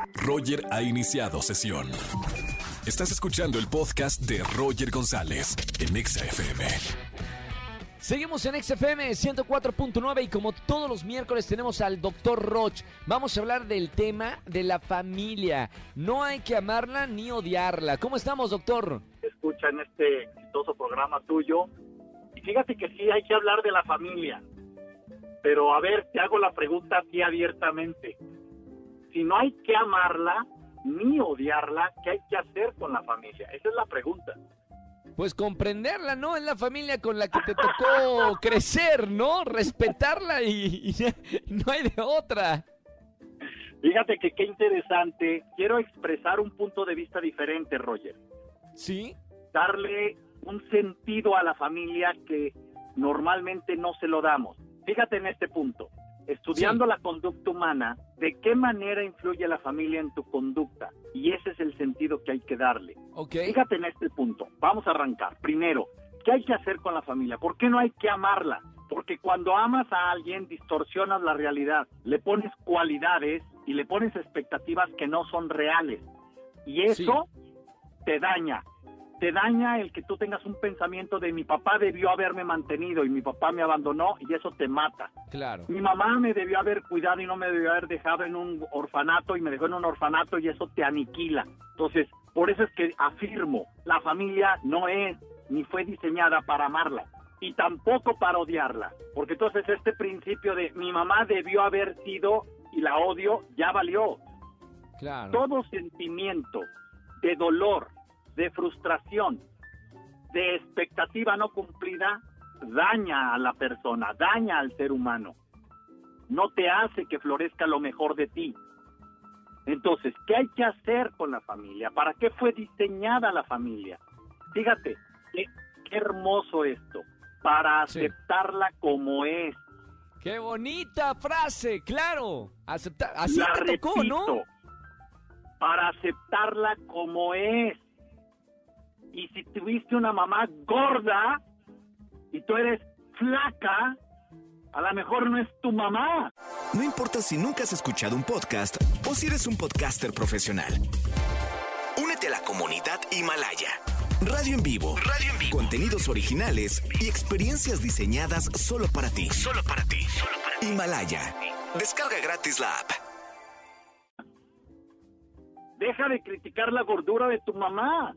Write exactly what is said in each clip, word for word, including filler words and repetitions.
Roger ha iniciado sesión. Estás escuchando el podcast de Roger González en Exa F M. Seguimos en Exa F M ciento cuatro punto nueve y como todos los miércoles tenemos al doctor Roch. Vamos a hablar del tema de la familia. No hay que amarla ni odiarla. ¿Cómo estamos, doctor? Escucha en este exitoso programa tuyo. Y fíjate que sí hay que hablar de la familia. Pero a ver, te hago la pregunta así abiertamente. Si no hay que amarla ni odiarla, ¿qué hay que hacer con la familia? Esa es la pregunta. Pues comprenderla, ¿no? Es la familia con la que te tocó crecer, ¿no? Respetarla y, y no hay de otra. Fíjate que qué interesante. Quiero expresar un punto de vista diferente, Roger. ¿Sí? Darle un sentido a la familia que normalmente no se lo damos. Fíjate en este punto. Estudiando sí. la conducta humana, ¿de qué manera influye la familia en tu conducta? Y ese es el sentido que hay que darle. Okay. Fíjate en este punto. Vamos a arrancar. Primero, ¿qué hay que hacer con la familia? ¿Por qué no hay que amarla? Porque cuando amas a alguien, distorsionas la realidad. Le pones cualidades y le pones expectativas que no son reales. Y eso sí. te daña. Te daña el que tú tengas un pensamiento de mi papá debió haberme mantenido y mi papá me abandonó y eso te mata. Claro. Mi mamá me debió haber cuidado y no me debió haber dejado en un orfanato y me dejó en un orfanato y eso te aniquila. Entonces, por eso es que afirmo, la familia no es ni fue diseñada para amarla y tampoco para odiarla. Porque entonces este principio de mi mamá debió haber sido y la odio, ya valió. Claro. Todo sentimiento de dolor, de frustración, de expectativa no cumplida, daña a la persona, daña al ser humano. No te hace que florezca lo mejor de ti. Entonces, ¿qué hay que hacer con la familia? ¿Para qué fue diseñada la familia? Fíjate, qué, qué hermoso esto. Para aceptarla sí. como es. ¡Qué bonita frase! ¡Claro! Aceptar, así la te tocó, repito, ¿no? Para aceptarla como es. Y si tuviste una mamá gorda y tú eres flaca, a lo mejor no es tu mamá. No importa si nunca has escuchado un podcast o si eres un podcaster profesional. Únete a la comunidad Himalaya. Radio en vivo. Radio en vivo. Contenidos originales y experiencias diseñadas solo para ti. Solo para ti. Solo para ti. Himalaya. Descarga gratis la app. Deja de criticar la gordura de tu mamá.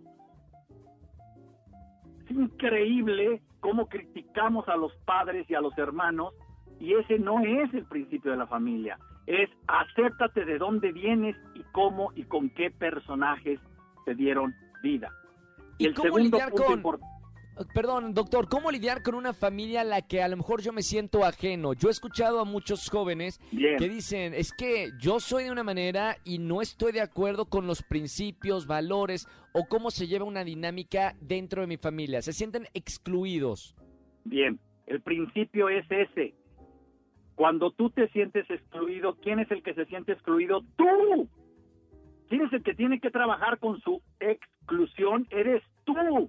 Es increíble cómo criticamos a los padres y a los hermanos y ese no es el principio de la familia. Es acéptate de dónde vienes y cómo y con qué personajes te dieron vida. ¿Y, y el cómo segundo lidiar punto con... importante. Perdón, doctor, ¿cómo lidiar con una familia a la que a lo mejor yo me siento ajeno? Yo he escuchado a muchos jóvenes Bien. que dicen, es que yo soy de una manera y no estoy de acuerdo con los principios, valores o cómo se lleva una dinámica dentro de mi familia. Se sienten excluidos. Bien, el principio es ese. Cuando tú te sientes excluido, ¿quién es el que se siente excluido? ¡Tú! ¿Quién es el que tiene que trabajar con su exclusión? Eres tú.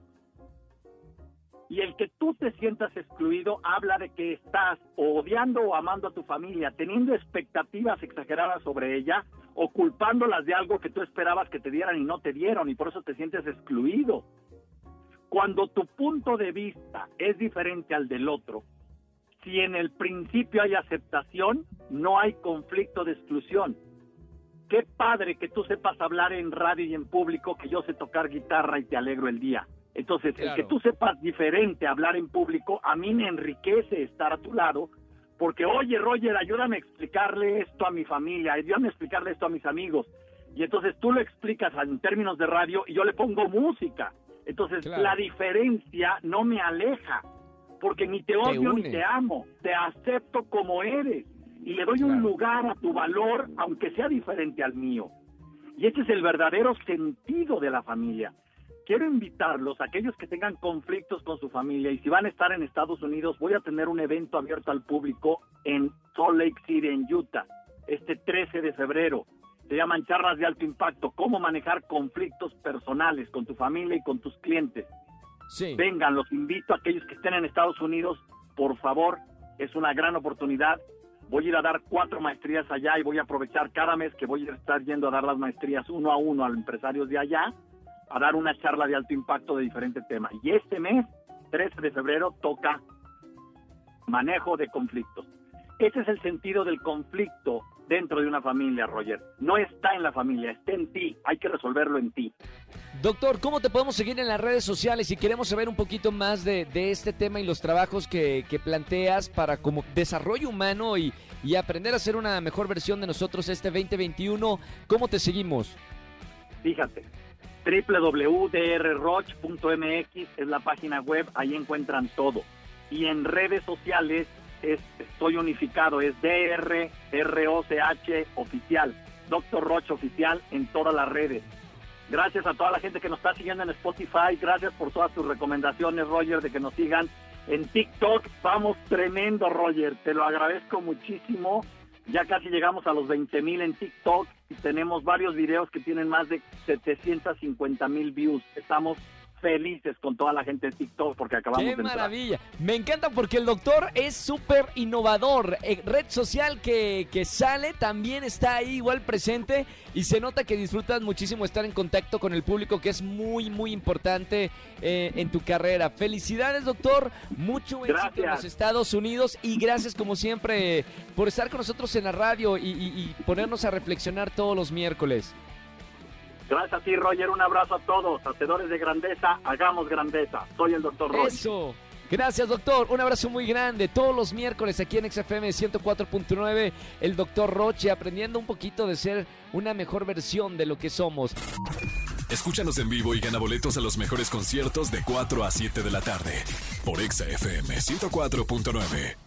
Y el que tú te sientas excluido habla de que estás odiando o amando a tu familia, teniendo expectativas exageradas sobre ella o culpándolas de algo que tú esperabas que te dieran y no te dieron y por eso te sientes excluido. Cuando tu punto de vista es diferente al del otro, si en el principio hay aceptación, no hay conflicto de exclusión. Qué padre que tú sepas hablar en radio y en público, que yo sé tocar guitarra y te alegro el día. Entonces, claro. El que tú sepas diferente hablar en público, a mí me enriquece estar a tu lado, porque, oye, Roger, ayúdame a explicarle esto a mi familia, ayúdame a explicarle esto a mis amigos. Y entonces tú lo explicas en términos de radio y yo le pongo música. Entonces, claro. La diferencia no me aleja, porque ni te odio te ni te amo, te acepto como eres y le doy claro. Un lugar a tu valor, aunque sea diferente al mío. Y ese es el verdadero sentido de la familia. Quiero invitarlos, a aquellos que tengan conflictos con su familia, y si van a estar en Estados Unidos, voy a tener un evento abierto al público en Salt Lake City, en Utah, este trece de febrero. Se llaman charlas de alto impacto, cómo manejar conflictos personales con tu familia y con tus clientes. Sí. Vengan, los invito a aquellos que estén en Estados Unidos, por favor, es una gran oportunidad. Voy a ir a dar cuatro maestrías allá y voy a aprovechar cada mes que voy a estar yendo a dar las maestrías uno a uno a los empresarios de allá, a dar una charla de alto impacto de diferentes temas. Y este mes, trece de febrero, toca manejo de conflictos. Ese es el sentido del conflicto dentro de una familia, Roger. No está en la familia, está en ti. Hay que resolverlo en ti. Doctor, ¿cómo te podemos seguir en las redes sociales si queremos saber un poquito más de, de este tema y los trabajos que, que planteas para como desarrollo humano y, y aprender a ser una mejor versión de nosotros este veinte veintiuno? ¿Cómo te seguimos? Fíjate, doble u doble u doble u punto d r roch punto m x es la página web, ahí encuentran todo. Y en redes sociales es, estoy unificado, es D R R O C H oficial, doctor Roch oficial en todas las redes. Gracias a toda la gente que nos está siguiendo en Spotify, gracias por todas tus recomendaciones, Roger, de que nos sigan en TikTok. Vamos tremendo, Roger, te lo agradezco muchísimo. Ya casi llegamos a los veinte mil en TikTok y tenemos varios videos que tienen más de setecientos cincuenta mil views. Estamos felices con toda la gente de TikTok porque acabamos de ¡Qué entrar. maravilla! Me encanta porque el doctor es súper innovador. Eh, red social que, que sale también está ahí igual presente y se nota que disfrutas muchísimo estar en contacto con el público, que es muy, muy importante eh, en tu carrera. Felicidades, doctor. Mucho éxito Gracias. en los Estados Unidos y gracias como siempre por estar con nosotros en la radio y, y, y ponernos a reflexionar todos los miércoles. Gracias a ti, Roger. Un abrazo a todos. Hacedores de grandeza, hagamos grandeza. Soy el doctor Roger. Eso. Gracias, doctor. Un abrazo muy grande. Todos los miércoles aquí en X F M ciento cuatro punto nueve, el doctor Roche, aprendiendo un poquito de ser una mejor versión de lo que somos. Escúchanos en vivo y gana boletos a los mejores conciertos de cuatro a siete de la tarde por X F M ciento cuatro punto nueve.